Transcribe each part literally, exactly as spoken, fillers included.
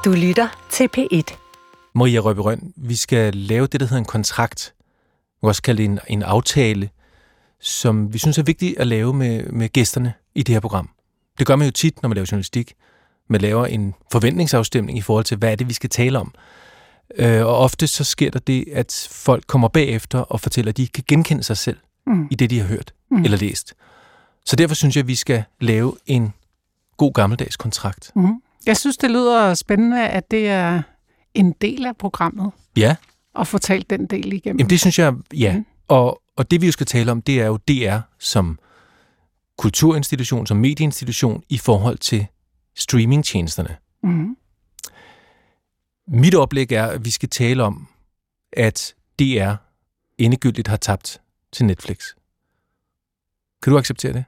Du lytter til P et. Maria Rørbye Rønn, vi skal lave det, der hedder en kontrakt. Vi kan også kalde det en, en aftale, som vi synes er vigtigt at lave med, med gæsterne i det her program. Det gør man jo tit, når man laver journalistik. Man laver en forventningsafstemning i forhold til, hvad er det, vi skal tale om. Øh, og ofte så sker der det, at folk kommer bagefter og fortæller, at de kan genkende sig selv mm. i det, de har hørt mm. eller læst. Så derfor synes jeg, at vi skal lave en god gammeldags kontrakt. Mm. Jeg synes, det lyder spændende, at det er en del af programmet. Ja. Og fortalt den del igennem. Jamen det synes jeg, ja. Mm. Og, og det vi jo skal tale om, det er jo D R som kulturinstitution, som medieinstitution i forhold til streamingtjenesterne. Mm. Mit oplæg er, at vi skal tale om, at D R endegyldigt har tabt til Netflix. Kan du acceptere det?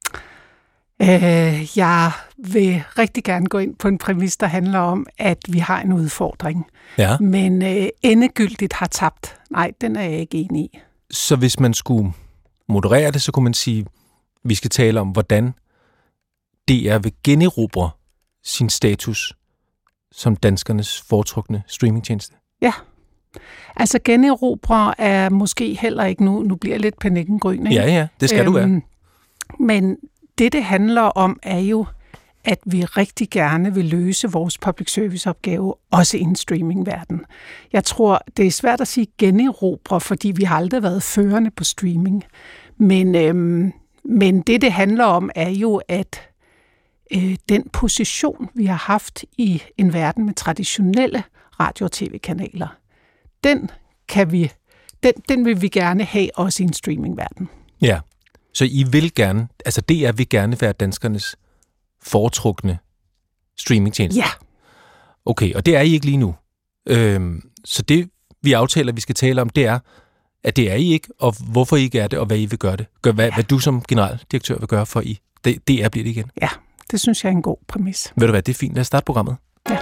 Øh, jeg vil rigtig gerne gå ind på en præmis, der handler om, at vi har en udfordring. Ja. Men øh, endegyldigt har tabt. Nej, den er jeg ikke enig i. Så hvis man skulle moderere det, så kunne man sige, at vi skal tale om, hvordan D R vil generobre sin status som danskernes foretrukne streamingtjeneste. Ja. Altså generobre er måske heller ikke nu. Nu bliver jeg lidt panikken-grøn, ikke? Ja, ja, det skal øhm, du være. Men det, det handler om, er jo, at vi rigtig gerne vil løse vores public service-opgave, også i en streamingverden. Jeg tror, det er svært at sige generobre, fordi vi har aldrig været førende på streaming. Men, øhm, men det, det handler om, er jo, at øh, den position, vi har haft i en verden med traditionelle radio- og tv-kanaler, den, kan vi, den, den vil vi gerne have også i en streamingverden. Ja. Så I vil gerne, altså D R vil gerne være danskernes foretrukne streamingtjeneste? Ja. Okay, og det er I ikke lige nu. Øhm, så det, vi aftaler, vi skal tale om, det er, at det er I ikke, og hvorfor I ikke er det, og hvad I vil gøre det. Gør, hvad, ja. hvad du som generaldirektør vil gøre for I. D R bliver det igen. Ja, det synes jeg er en god præmis. Ved du hvad, det er fint. Lad os starte programmet. Ja.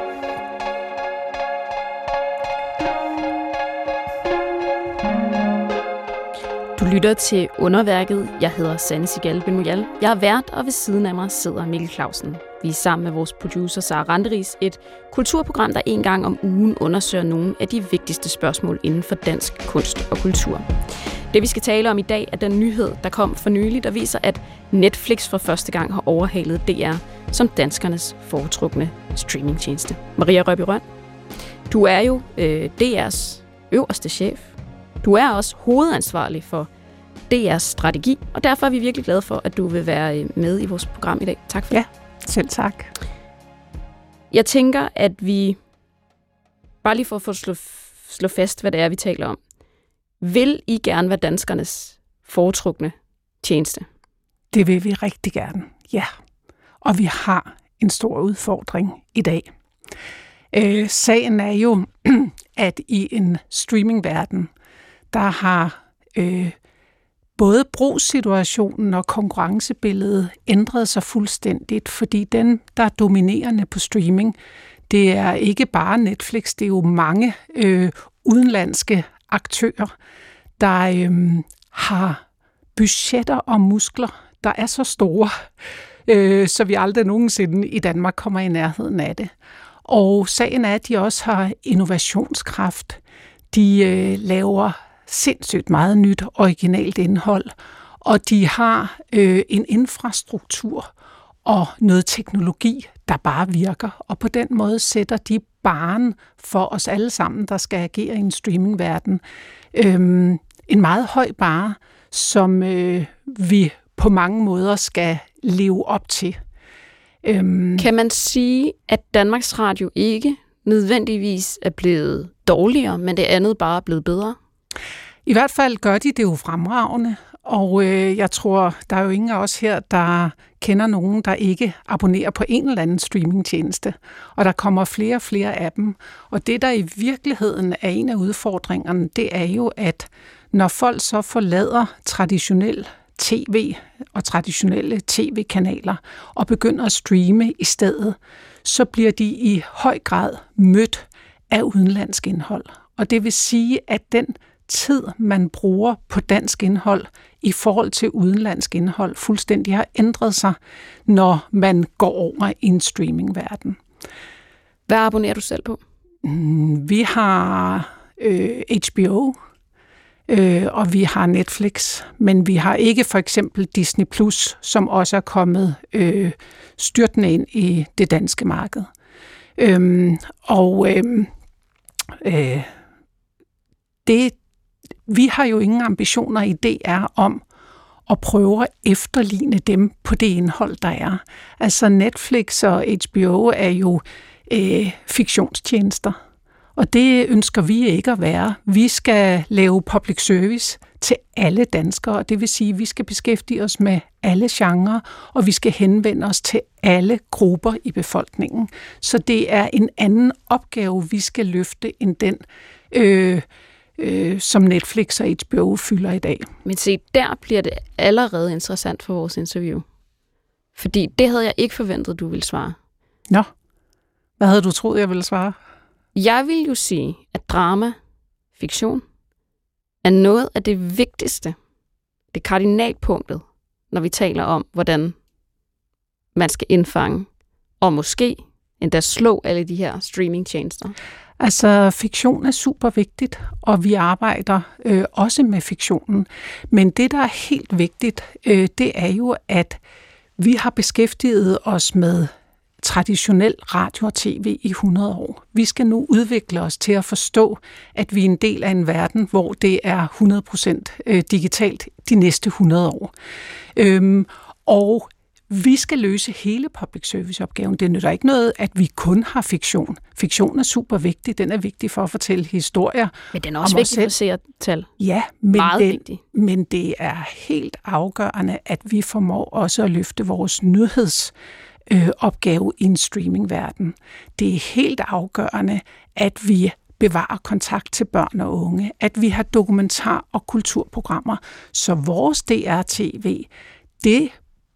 Du lytter til Underværket. Jeg hedder Sanne Sigal Ben-Moyal. Jeg er vært, og ved siden af mig sidder Mikkel Clausen. Vi er sammen med vores producer Sara Randeris, et kulturprogram, der en gang om ugen undersøger nogle af de vigtigste spørgsmål inden for dansk kunst og kultur. Det vi skal tale om i dag er den nyhed, der kom for nylig, der viser, at Netflix for første gang har overhalet D R som danskernes foretrukne streamingtjeneste. Maria Rørbye Rønn, du er jo øh, D R's øverste chef. Du er også hovedansvarlig for D R's strategi, og derfor er vi virkelig glade for, at du vil være med i vores program i dag. Tak for ja, det. Selv tak. Jeg tænker, at vi, bare lige for at få slå, slå fast, hvad det er, vi taler om. Vil I gerne være danskernes foretrukne tjeneste? Det vil vi rigtig gerne, ja. Og vi har en stor udfordring i dag. Øh, sagen er jo, at i en streamingverden, der har øh, både brugssituationen og konkurrencebilledet ændret sig fuldstændigt, fordi den, der er dominerende på streaming, det er ikke bare Netflix, det er jo mange øh, udenlandske aktører, der øh, har budgetter og muskler, der er så store, øh, så vi aldrig nogensinde i Danmark kommer i nærheden af det. Og sagen er, at de også har innovationskraft. De øh, laver sindssygt meget nyt, originalt indhold, og de har øh, en infrastruktur og noget teknologi, der bare virker. Og på den måde sætter de barren for os alle sammen, der skal agere i en streamingverden. Øh, en meget høj barre, som øh, vi på mange måder skal leve op til. Øhm. Kan man sige, at Danmarks Radio ikke nødvendigvis er blevet dårligere, men det andet bare er blevet bedre? I hvert fald gør de det jo fremragende, og øh, jeg tror, der er jo ingen af os her, der kender nogen, der ikke abonnerer på en eller anden streamingtjeneste, og der kommer flere og flere af dem. Og det, der i virkeligheden er en af udfordringerne, det er jo, at når folk så forlader traditionel tv og traditionelle tv-kanaler og begynder at streame i stedet, så bliver de i høj grad mødt af udenlandsk indhold. Og det vil sige, at den tid, man bruger på dansk indhold i forhold til udenlandsk indhold, fuldstændig har ændret sig, når man går over i en streamingverden. Hvad abonnerer du selv på? Mm, vi har øh, H B O, øh, og vi har Netflix, men vi har ikke for eksempel Disney Plus, som også er kommet øh, styrtende ind i det danske marked. Øhm, og øh, øh, det, vi har jo ingen ambitioner i D R om og prøve at efterligne dem på det indhold, der er. Altså Netflix og H B O er jo øh, fiktionstjenester, og det ønsker vi ikke at være. Vi skal lave public service til alle danskere, og det vil sige, at vi skal beskæftige os med alle genrer, og vi skal henvende os til alle grupper i befolkningen. Så det er en anden opgave, vi skal løfte end den, øh, øh, som Netflix og H B O fylder i dag. Men se, der bliver det allerede interessant for vores interview. Fordi det havde jeg ikke forventet, du ville svare. Nå, hvad havde du troet, jeg ville svare? Jeg vil jo sige, at drama, fiktion, er noget af det vigtigste, det kardinalpunktet, når vi taler om, hvordan man skal indfange, og måske endda slå alle de her streamingtjenester. Altså, fiktion er super vigtigt, og vi arbejder øh, også med fiktionen. Men det, der er helt vigtigt, øh, det er jo, at vi har beskæftiget os med traditionel radio og tv i hundrede år. Vi skal nu udvikle os til at forstå, at vi er en del af en verden, hvor det er hundrede procent digitalt de næste hundrede år. Øhm, og vi skal løse hele public service-opgaven. Det nytter ikke noget, at vi kun har fiktion. Fiktion er super vigtig. Den er vigtig for at fortælle historier. Men den er også vigtig for seertal. Ja, men, Meget den, vigtig. men det er helt afgørende, at vi formår også at løfte vores nyheds Øh, opgave i en streamingverden. Det er helt afgørende, at vi bevarer kontakt til børn og unge, at vi har dokumentar- og kulturprogrammer. Så vores D R-T V, det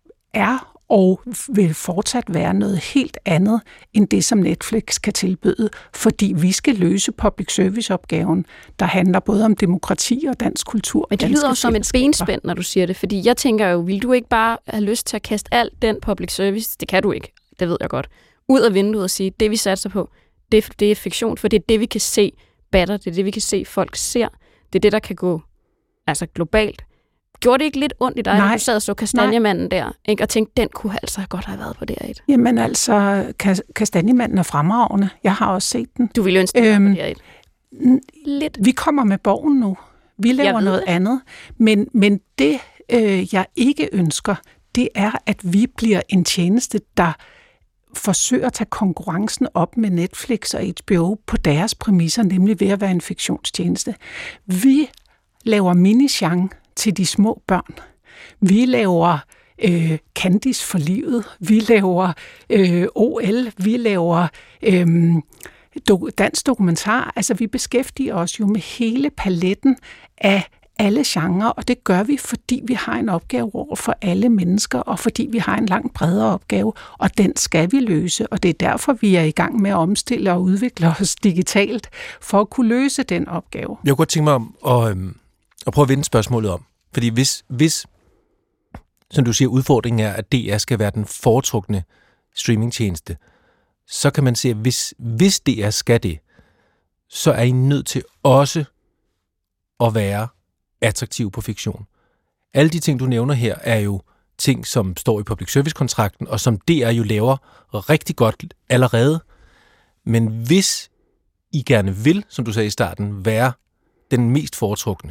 er og vil fortsat være noget helt andet, end det, som Netflix kan tilbyde, fordi vi skal løse public service-opgaven, der handler både om demokrati og dansk kultur. Men det lyder jo som et benspænd, når du siger det, fordi jeg tænker jo, vil du ikke bare have lyst til at kaste alt den public service, det kan du ikke, det ved jeg godt, ud af vinduet og sige, det vi satser på, det, det er fiktion, for det er det, vi kan se batter, det er det, vi kan se folk ser, det er det, der kan gå altså globalt. Gjorde det ikke lidt ondt i dig, nej, at du sad og så Kastanjemanden der, ikke? Og tænkte, den kunne altså godt have været på D R et? Jamen altså, Kastanjemanden er fremragende. Jeg har også set den. Du ville ønske, den øhm, var på D R et? Lidt. Vi kommer med Borgen nu. Vi laver noget det. andet. Men, men det, øh, jeg ikke ønsker, det er, at vi bliver en tjeneste, der forsøger at tage konkurrencen op med Netflix og H B O på deres præmisser, nemlig ved at være en fiktionstjeneste. Vi laver mini-genre til de små børn. Vi laver øh, Candice for livet. Vi laver øh, O L. Vi laver øh, do, dansk dokumentar. Altså, vi beskæftiger os jo med hele paletten af alle genrer, og det gør vi, fordi vi har en opgave over for alle mennesker, og fordi vi har en langt bredere opgave, og den skal vi løse, og det er derfor, vi er i gang med at omstille og udvikle os digitalt, for at kunne løse den opgave. Jeg kunne godt tænke mig om at, øhm, at prøve at vende spørgsmålet om, fordi hvis, hvis, som du siger, udfordringen er, at D R skal være den foretrukne streamingtjeneste, så kan man se, at hvis, hvis D R skal det, så er I nødt til også at være attraktiv på fiktion. Alle de ting, du nævner her, er jo ting, som står i public service-kontrakten, og som D R jo laver rigtig godt allerede. Men hvis I gerne vil, som du sagde i starten, være den mest foretrukne,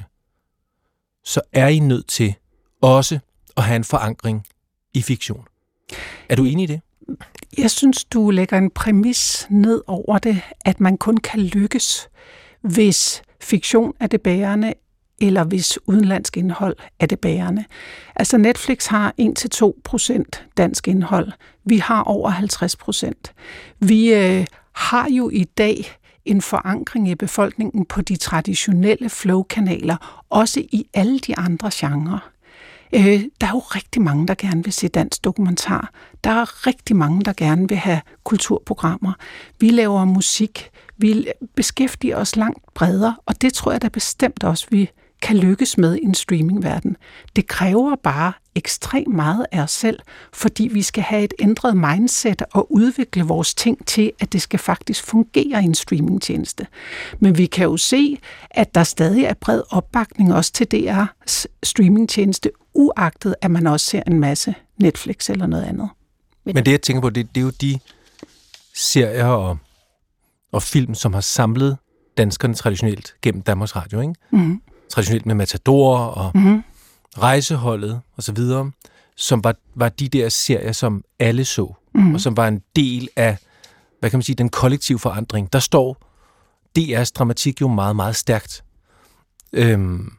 så er I nødt til også at have en forankring i fiktion. Er du enig i det? Jeg synes, du lægger en præmis ned over det, at man kun kan lykkes, hvis fiktion er det bærende, eller hvis udenlandsk indhold er det bærende. Altså Netflix har en til to procent dansk indhold. Vi har over halvtreds procent. Vi øh, har jo i dag en forankring i befolkningen på de traditionelle flow-kanaler, også i alle de andre genrer. Øh, der er jo rigtig mange, der gerne vil se dansk dokumentar. Der er rigtig mange, der gerne vil have kulturprogrammer. Vi laver musik. Vi beskæftiger os langt bredere, og det tror jeg da bestemt også, vi kan lykkes med i en streamingverden. Det kræver bare ekstremt meget af os selv, fordi vi skal have et ændret mindset og udvikle vores ting til, at det skal faktisk fungere i en streamingtjeneste. Men vi kan jo se, at der stadig er bred opbakning også til D R's streamingtjeneste, uagtet at man også ser en masse Netflix eller noget andet. Men det, jeg tænker på, det, det er jo de serier og, og film, som har samlet danskerne traditionelt gennem Danmarks Radio, ikke? Mm-hmm. Traditionelt med Matador og mm-hmm. Rejseholdet og så videre, som var, var de der serier, som alle så, mm-hmm. og som var en del af, hvad kan man sige, den kollektive forandring. Der står D R's dramatik jo meget, meget stærkt. Øhm,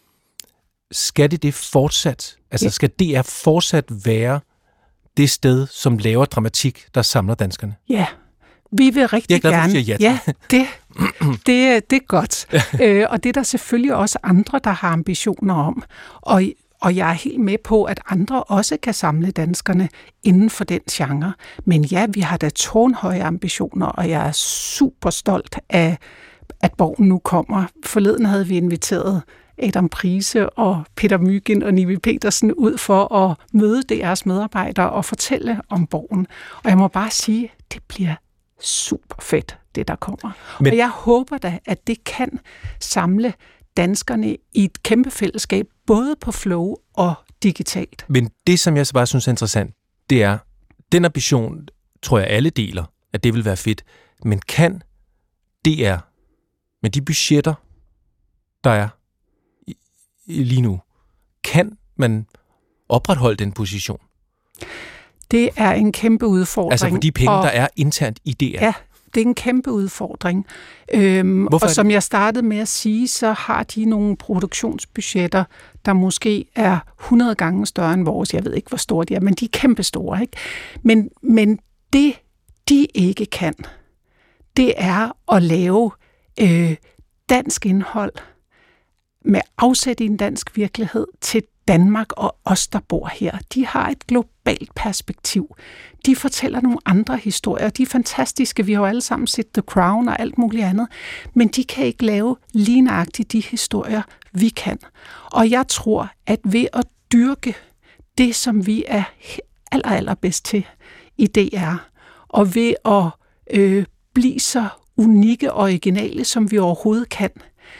skal det det fortsat? Altså, ja. Skal D R fortsat være det sted, som laver dramatik, der samler danskerne? Ja, vi vil rigtig jeg er glad, gerne. Du siger ja, ja, det, det, det er godt. øh, og det er der selvfølgelig også andre, der har ambitioner om. Og, og jeg er helt med på, at andre også kan samle danskerne inden for den genre. Men ja, vi har da tårnhøje ambitioner, og jeg er super stolt af, at Borgen nu kommer. Forleden havde vi inviteret Adam Prise og Peter Mygind og Nivi Petersen ud for at møde D R's medarbejdere og fortælle om Borgen. Og jeg må bare sige, det bliver super fedt, det der kommer. Men, og jeg håber da, at det kan samle danskerne i et kæmpe fællesskab, både på Flow og digitalt. Men det, som jeg så bare synes er interessant, det er, den ambition, tror jeg alle deler, at det vil være fedt. Men kan D R, med de budgetter, der er lige nu, kan man opretholde den position? Det er en kæmpe udfordring. Altså for de penge, og, der er internt i D R? Ja, det er en kæmpe udfordring. Øhm, og som jeg startede med at sige, så har de nogle produktionsbudgetter, der måske er hundrede gange større end vores. Jeg ved ikke, hvor store de er, men de er kæmpe store, ikke? Men, men det, de ikke kan, det er at lave øh, dansk indhold med afsæt i en dansk virkelighed til Danmark og os, der bor her. De har et globalt perspektiv. De fortæller nogle andre historier. De er fantastiske. Vi har jo alle sammen set The Crown og alt muligt andet. Men de kan ikke lave lige nøjagtigt de historier, vi kan. Og jeg tror, at ved at dyrke det, som vi er aller, aller bedst til i D R, og ved at øh, blive så unikke og originale, som vi overhovedet kan,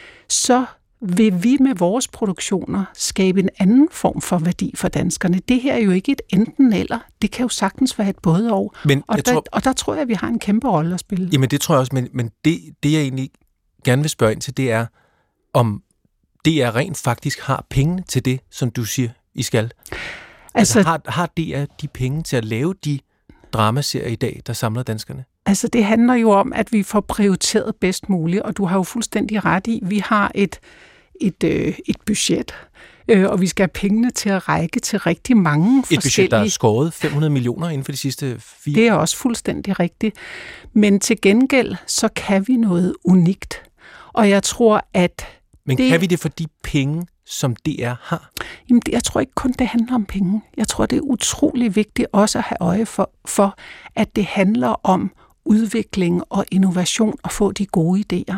så vil vi med vores produktioner skabe en anden form for værdi for danskerne. Det her er jo ikke et enten eller. Det kan jo sagtens være et både og. Men og, der, tror, og der tror jeg, at vi har en kæmpe rolle at spille. Jamen det tror jeg også, men, men det, det jeg egentlig gerne vil spørge ind til, det er, om D R rent faktisk har penge til det, som du siger, I skal. Altså, altså har, har D R de penge til at lave de dramaserier i dag, der samler danskerne? Altså det handler jo om, at vi får prioriteret bedst muligt, og du har jo fuldstændig ret i, vi har et et, øh, et budget, øh, og vi skal have pengene til at række til rigtig mange et forskellige... Et budget, der er skåret fem hundrede millioner inden for de sidste fire... Det er også fuldstændig rigtigt. Men til gengæld, så kan vi noget unikt. Og jeg tror, at... Men det, kan vi det for de penge, som D R har? Jamen, jeg tror ikke kun, det handler om penge. Jeg tror, det er utrolig vigtigt også at have øje for, for at det handler om udvikling og innovation og få de gode idéer.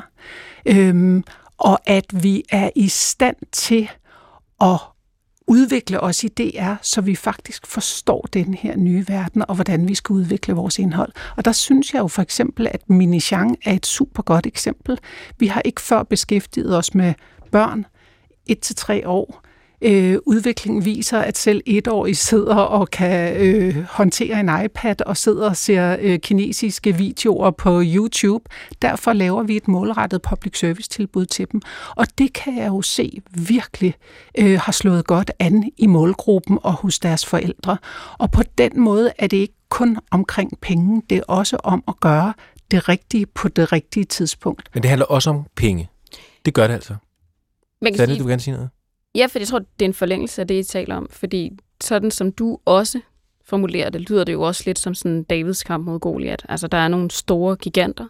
Øhm, og at vi er i stand til at udvikle os i D R, så vi faktisk forstår den her nye verden, og hvordan vi skal udvikle vores indhold. Og der synes jeg jo for eksempel, at Mini-Jean er et super godt eksempel. Vi har ikke før beskæftiget os med børn et til tre år. Øh, udviklingen viser, at selv etårige sidder og kan øh, håndtere en iPad og sidder og ser øh, kinesiske videoer på YouTube. Derfor laver vi et målrettet public service tilbud til dem. Og det kan jeg jo se virkelig øh, har slået godt an i målgruppen og hos deres forældre. Og på den måde er det ikke kun omkring penge, det er også om at gøre det rigtige på det rigtige tidspunkt. Men det handler også om penge. Det gør det altså. Så er det, du kan sige noget? Ja, for jeg tror, det er en forlængelse af det, I taler om. Fordi sådan som du også formulerer det, lyder det jo også lidt som sådan Davids kamp mod Goliat. Altså, der er nogle store giganter,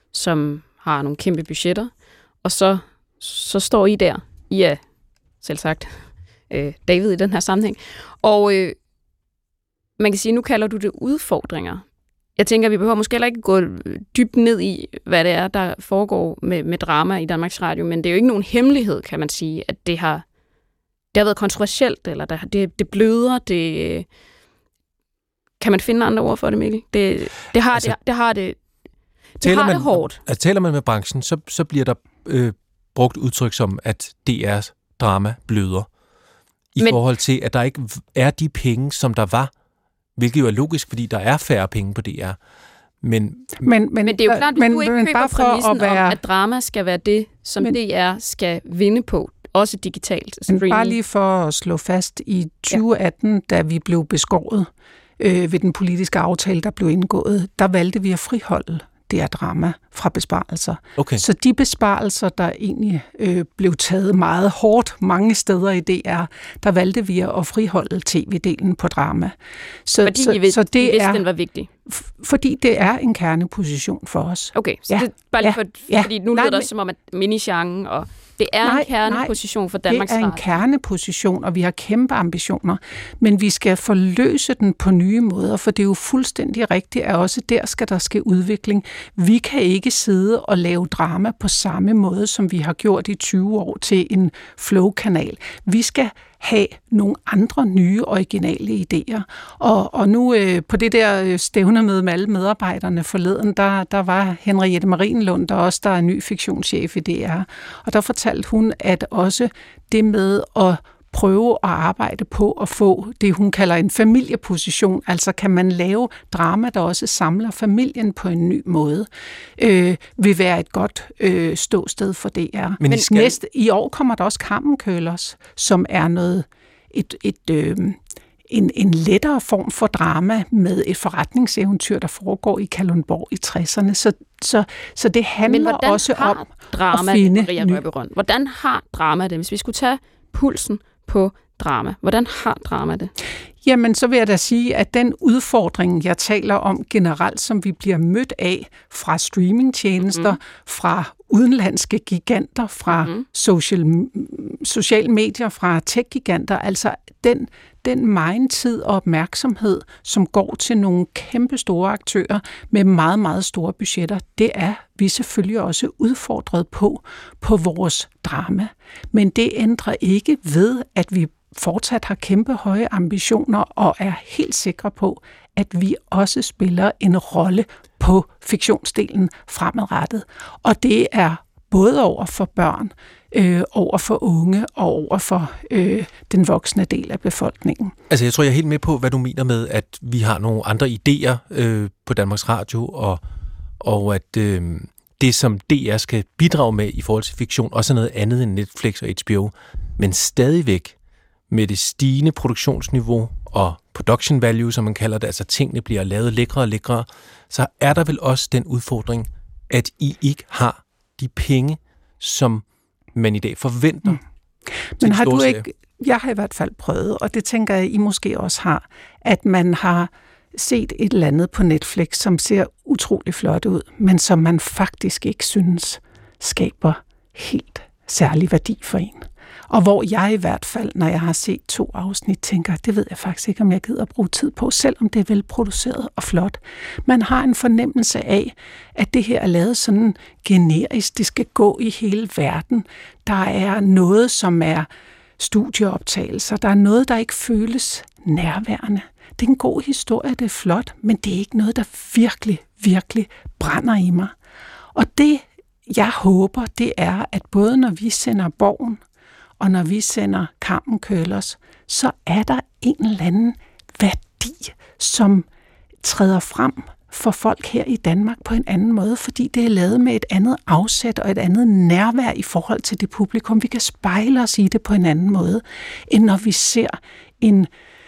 som har nogle kæmpe budgetter, og så, så står I der. I er selv sagt øh, David i den her sammenhæng. Og øh, man kan sige, nu kalder du det udfordringer. jeg tænker, vi behøver måske heller ikke gå dybt ned i, hvad det er, der foregår med, med drama i Danmarks Radio, men det er jo ikke nogen hemmelighed, kan man sige, at det har, det har været kontroversielt, eller der, det, det bløder, det... Kan man finde andre ord for det, Mikkel? Det, det har altså, det, det har det, det, har man, det hårdt. Altså, taler man med branchen, så, så bliver der øh, brugt udtryk som, at D R's drama bløder. I men, forhold til, at der ikke er de penge, som der var, hvilket jo er logisk, fordi der er færre penge på D R. Men, men, men, men det er jo klart, at men, du ikke men, køber bare præmissen at være, om, at drama skal være det, som men, D R skal vinde på, også digitalt. Men bare lige for at slå fast, i tyve atten, ja. da vi blev beskåret øh, ved den politiske aftale, der blev indgået, der valgte vi at friholde det er drama fra besparelser. Okay. Så de besparelser, der egentlig øh, blev taget meget hårdt mange steder i D R, der valgte vi at friholde tv-delen på drama. Så, fordi så, I vidste, så det I vidste er, den var vigtig? F- fordi det er en kerneposition for os. Okay, så ja. det er bare lige for, ja. fordi nu nej, lyder det også som om, at minigenren og det er nej, en kerneposition nej, for Danmarks Radio. Det er en kerneposition, og vi har kæmpe ambitioner, men vi skal forløse den på nye måder, for det er jo fuldstændig rigtigt, at også der skal der ske udvikling. Vi kan ikke sidde og lave drama på samme måde, som vi har gjort i tyve år til en flow-kanal. Vi skal have nogle andre nye originale idéer. Og, og nu øh, på det der stævnemøde med alle medarbejderne forleden, der, der var Henriette Marienlund, der også der er ny fiktionschef i D R. Og der fortalte hun, at også det med at prøve at arbejde på at få det, hun kalder en familieposition. Altså kan man lave drama, der også samler familien på en ny måde, øh, vil være et godt øh, ståsted for D R. Men I, skal... næste, i år kommer der også Kammenkølers, som er noget et, et, øh, en, en lettere form for drama med et forretningseventyr, der foregår i Kalundborg i tresserne. Så, så, så det handler også om drama, at finde Maria Røbergrøn. Hvordan har drama det, hvis vi skulle tage pulsen på drama? Hvordan har drama det? Jamen, så vil jeg da sige, at den udfordring, jeg taler om generelt, som vi bliver mødt af fra streamingtjenester, mm-hmm. fra udenlandske giganter, fra mm-hmm. social, social medier, fra tech-giganter, altså den, den megen tid og opmærksomhed, som går til nogle kæmpe store aktører med meget, meget store budgetter, det er vi selvfølgelig også udfordret på, på vores drama. Men det ændrer ikke ved, at vi fortsat har kæmpe høje ambitioner og er helt sikre på, at vi også spiller en rolle på fiktionsdelen fremadrettet. Og det er både over for børn, øh, over for unge og over for øh, den voksne del af befolkningen. Altså jeg tror, jeg er helt med på, hvad du mener med, at vi har nogle andre idéer øh, på Danmarks Radio, og, og at øh, det, som D R skal bidrage med i forhold til fiktion, også er noget andet end Netflix og H B O, men stadigvæk med det stigende produktionsniveau og production value, som man kalder det, altså tingene bliver lavet lækre og lækre, så er der vel også den udfordring, at I ikke har de penge, som man i dag forventer. Mm. Men har du ikke, jeg har i hvert fald prøvet, og det tænker jeg, I måske også har, at man har set et eller andet på Netflix, som ser utrolig flot ud, men som man faktisk ikke synes skaber helt særlig værdi for en. Og hvor jeg i hvert fald, når jeg har set to afsnit, tænker, det ved jeg faktisk ikke, om jeg gider at bruge tid på, selvom det er velproduceret og flot. Man har en fornemmelse af, at det her er lavet sådan generisk. Det skal gå i hele verden. Der er noget, som er studieoptagelser. Der er noget, der ikke føles nærværende. Det er en god historie, det er flot, men det er ikke noget, der virkelig, virkelig brænder i mig. Og det, jeg håber, det er, at både når vi sender Borgen, og når vi sender Kammenkølers, så er der en eller anden værdi, som træder frem for folk her i Danmark på en anden måde, fordi det er lavet med et andet afsæt og et andet nærvær i forhold til det publikum. Vi kan spejle os i det på en anden måde, end når vi ser en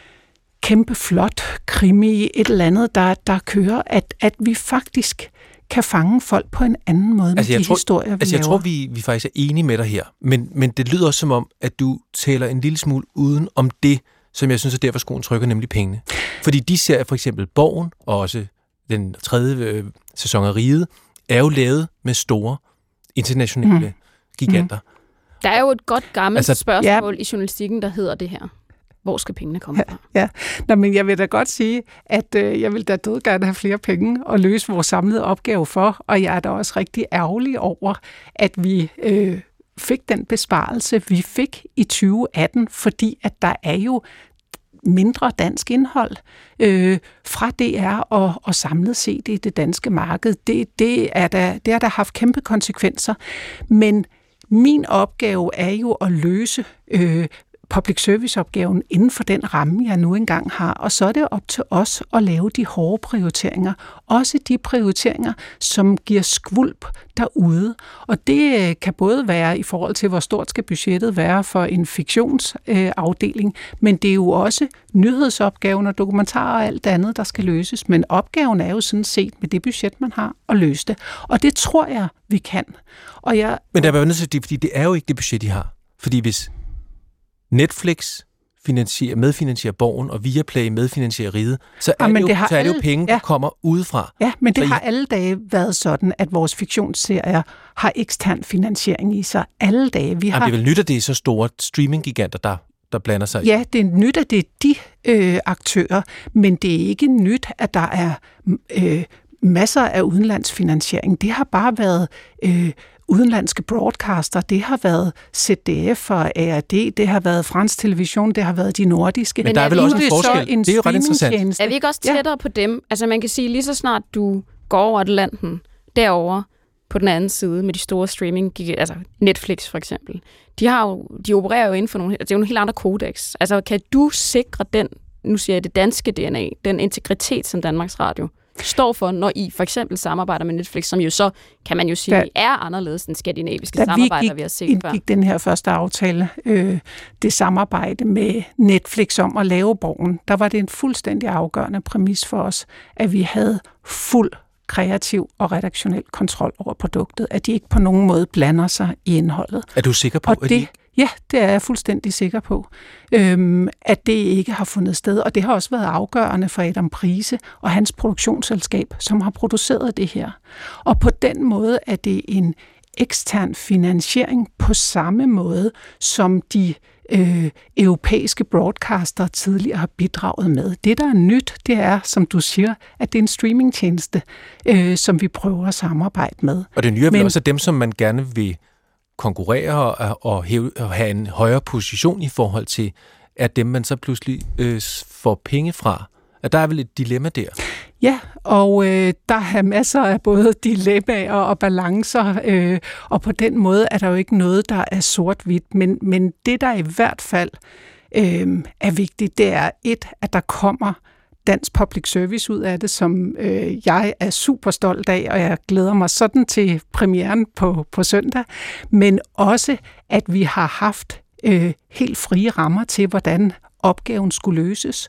kæmpe flot krimi, et eller andet, der, der kører, at, at vi faktisk kan fange folk på en anden måde altså, med de tror, historier, vi altså, jeg laver. tror, vi, vi faktisk er enige med dig her, men, men det lyder også som om, at du taler en lille smule uden om det, som jeg synes er derfor skoen trykker, nemlig pengene. Fordi de ser for eksempel Borgen, og også den tredje øh, sæson af Riget, er jo lavet med store internationale mm. giganter. Der er jo et godt gammelt altså, spørgsmål ja. i journalistikken, der hedder det her. Hvor skal pengene komme fra? Ja, ja. Nå, men jeg vil da godt sige, at øh, jeg vil da død gerne have flere penge og løse vores samlede opgave for, og jeg er da også rigtig ærgerlig over, at vi øh, fik den besparelse, vi fik i tyve atten, fordi at der er jo mindre dansk indhold øh, fra D R og, og samlet set i det danske marked. Det, det, er der, det har der haft kæmpe konsekvenser, men min opgave er jo at løse øh, public service-opgaven inden for den ramme, jeg nu engang har. Og så er det op til os at lave de hårde prioriteringer. Også de prioriteringer, som giver skvulp derude. Og det kan både være i forhold til, hvor stort skal budgettet være for en fiktionsafdeling, men det er jo også nyhedsopgaven og dokumentarer og alt andet, der skal løses. Men opgaven er jo sådan set med det budget, man har, at løse det. Og det tror jeg, vi kan. Og jeg... Men der er nødt til det, fordi det er jo ikke det budget, de har. Fordi hvis Netflix finansierer, medfinansierer Borgen, og Viaplay medfinansierer Riget, så er, ja, det, jo, så er det jo penge, der ja. kommer udefra. Ja, men det så har I... alle dage været sådan, at vores fiktionsserier har ekstern finansiering i sig. Alle dage. Vi Jamen, har... Det er vel nyt, at det er så store streaminggiganter, der, der blander sig i. Ja, det er nyt, at det er de øh, aktører, men det er ikke nyt, at der er øh, masser af udenlandsfinansiering. Det har bare været... Øh, udenlandske broadcaster, det har været Z D F og A R D, det har været Fransk Television, det har været de nordiske. Men der er, er vel også en forskel. En det er jo ret interessant. Er vi ikke også tættere ja. på dem? Altså man kan sige, lige så snart du går over Atlanten, derovre på den anden side med de store streaming, altså Netflix for eksempel, de, har jo, de opererer jo inden for nogle, det er jo nogle helt andre kodex. Altså kan du sikre den, nu siger jeg det danske D N A, den integritet, som Danmarks Radio står for, når I for eksempel samarbejder med Netflix, som jo så, kan man jo sige, da, er anderledes end skandinaviske da samarbejder, vi, gik, vi har set før. Da vi den her første aftale, øh, det samarbejde med Netflix om at lave Borgen, der var det en fuldstændig afgørende præmis for os, at vi havde fuld kreativ og redaktionel kontrol over produktet, at de ikke på nogen måde blander sig i indholdet. Er du sikker på, og at det, de... Ja, det er jeg fuldstændig sikker på, øhm, at det ikke har fundet sted. Og det har også været afgørende for Adam Prise og hans produktionsselskab, som har produceret det her. Og på den måde er det en ekstern finansiering på samme måde, som de øh, europæiske broadcaster tidligere har bidraget med. Det, der er nyt, det er, som du siger, at det er en streamingtjeneste, øh, som vi prøver at samarbejde med. Og det nye er vel også dem, som man gerne vil konkurrere og, og, hæve, og have en højere position i forhold til, at dem, man så pludselig øh, får penge fra. At der er vel et dilemma der? Ja, og øh, der er masser af både dilemmaer og balancer, øh, og på den måde er der jo ikke noget, der er sort-hvidt. Men, men det, der i hvert fald øh, er vigtigt, det er et, at der kommer dansk public service ud af det, som øh, jeg er super stolt af, og jeg glæder mig sådan til premieren på, på søndag, men også, at vi har haft øh, helt frie rammer til, hvordan opgaven skulle løses,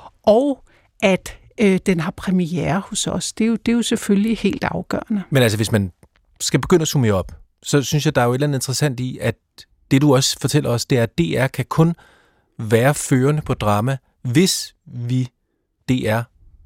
og at øh, den har premiere hos os. Det er, jo, det er jo selvfølgelig helt afgørende. Men altså, hvis man skal begynde at summere op, så synes jeg, der er jo et eller andet interessant i, at det du også fortæller os, det er, at D R kan kun være førende på drama, hvis vi D R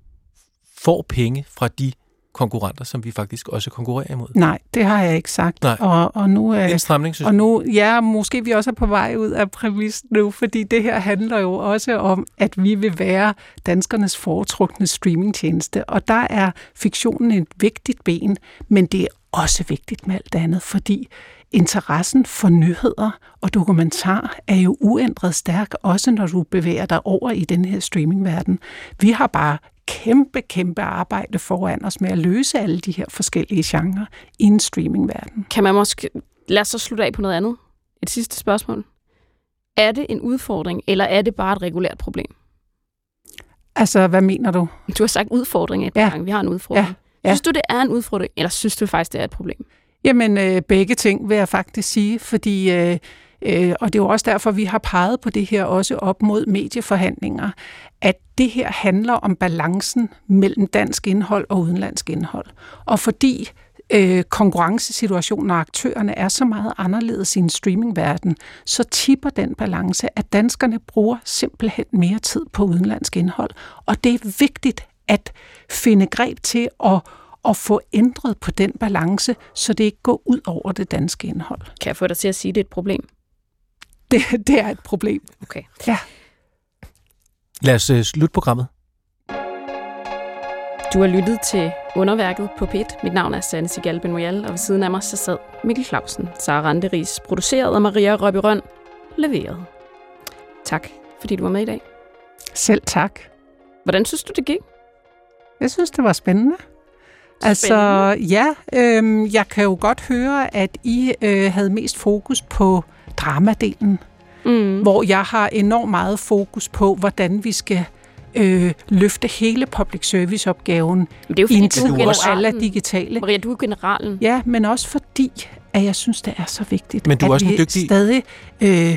får penge fra de konkurrenter, som vi faktisk også konkurrerer imod. Nej, det har jeg ikke sagt. Nej. Og, og nu er en stramning, synes og nu, ja, måske vi også er på vej ud af præmissen nu, fordi det her handler jo også om, at vi vil være danskernes foretrukne streamingtjeneste, og der er fiktionen et vigtigt ben, men det er også vigtigt med alt andet, fordi interessen for nyheder og dokumentar er jo uændret stærk, også når du bevæger dig over i den her streamingverden. Vi har bare kæmpe, kæmpe arbejde foran os med at løse alle de her forskellige genrer i en streamingverden. Kan man måske... Lad os så slutte af på noget andet. Et sidste spørgsmål. Er det en udfordring, eller er det bare et regulært problem? Altså, hvad mener du? Du har sagt udfordring et par ja. gange. Vi har en udfordring. Ja. Ja. Synes du, det er en udfordring, eller synes du faktisk, det er et problem? Jamen, øh, begge ting vil jeg faktisk sige, fordi, øh, øh, og det er jo også derfor, vi har peget på det her også op mod medieforhandlinger, at det her handler om balancen mellem dansk indhold og udenlandsk indhold. Og fordi øh, konkurrencesituationen og aktørerne er så meget anderledes i en streamingverden, så tipper den balance, at danskerne bruger simpelthen mere tid på udenlandsk indhold. Og det er vigtigt at finde greb til at og få ændret på den balance, så det ikke går ud over det danske indhold. Kan jeg få dig til at sige, at det er et problem? Det, det er et problem. Okay. Ja. Lad os uh, slutte programmet. Du har lyttet til Underværket på P et. Mit navn er Sanne Sigal Ben-Moyal, og ved siden af mig så sad Mikkel Clausen. Sara Randeris produceret, og Maria Røby Rønn leveret. Tak, fordi du var med i dag. Selv tak. Hvordan synes du, det gik? Jeg synes, det var spændende. spændende. Altså, ja, øh, jeg kan jo godt høre, at I øh, havde mest fokus på dramadelen, mm. hvor jeg har enormt meget fokus på, hvordan vi skal øh, løfte hele public service-opgaven det er jo fordi, i en tid, hvor alle er digitale. Maria, du er generalen. Ja, men også fordi, at jeg synes, det er så vigtigt, men du er at også vi en dygtig... stadig... Øh,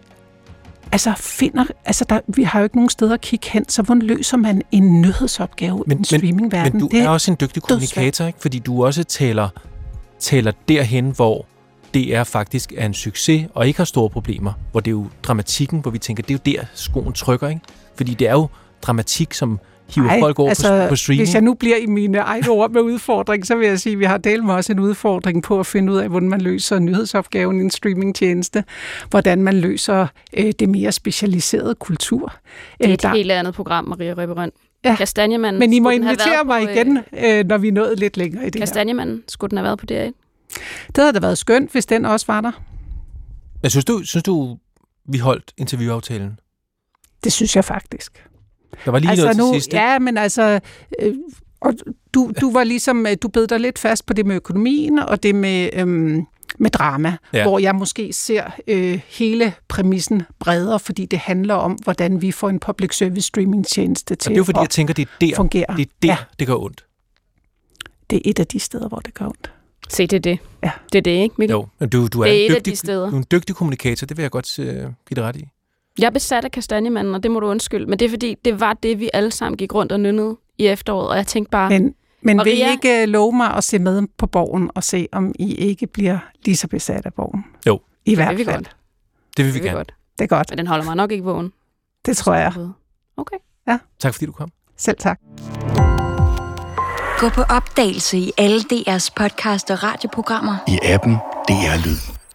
Altså finder, altså der, vi har jo ikke nogen steder at kigge hen, så hvordan løser man en nyhedsopgave men, i en streamingverden? Men du det er også en dygtig kommunikator, ikke? Fordi du også taler, taler derhen, hvor D R faktisk er en succes og ikke har store problemer, hvor det er jo dramatikken, hvor vi tænker, det er jo der skoen trykker, ikke? Fordi det er jo dramatik, som hiver Ej, folk over altså, på, på streaming. Hvis jeg nu bliver i mine egne ord med udfordring, så vil jeg sige, at vi har delt med også en udfordring på at finde ud af, hvordan man løser nyhedsopgaven i en streamingtjeneste, hvordan man løser øh, det mere specialiserede kultur. Det er et Der... helt andet program, Maria Røby Rønn. Ja. Kastanjemanden. Men I må invitere mig på, igen, øh, når vi er nået lidt længere i det Kastanjemanden, skulle den have været på D R et? Det havde da været skønt, hvis den også var der. Men synes du, synes du vi holdt interviewaftalen? Det synes jeg faktisk. Der var lige altså noget nu, til sidst. Ja, men altså... Øh, og du, du var ligesom... Du bed dig lidt fast på det med økonomien, og det med, øhm, med drama, ja. Hvor jeg måske ser øh, hele præmissen bredere, fordi det handler om, hvordan vi får en public service streaming-tjeneste til at det er jo fordi, jeg tænker, det er der, fungere. Det er der, ja. det gør ondt. Det er et af de steder, hvor det gør ondt. Se, det er det. Ja. Det er det, ikke, Mikkel? Jo, du, du er, det er en dygtig, et af de steder. Du er en dygtig kommunikator, det vil jeg godt uh, give dig ret i. Jeg er besat af Kastanjemanden, og det må du undskylde, men det er fordi, det var det, vi alle sammen gik rundt og nynnede i efteråret, og jeg tænkte bare... Men, men Maria, vil I ikke love mig at se med på Borgen og se, om I ikke bliver lige så besat af Borgen? Jo. I det hvert vil vi fald. godt. Det vil vi det vil gerne. Godt. Det er godt. Men den holder mig nok ikke vågen. Det tror jeg. Okay. Ja. Tak fordi du kom. Selv tak. Gå på opdagelse i alle D R's podcast og radioprogrammer. I appen D R Lyd.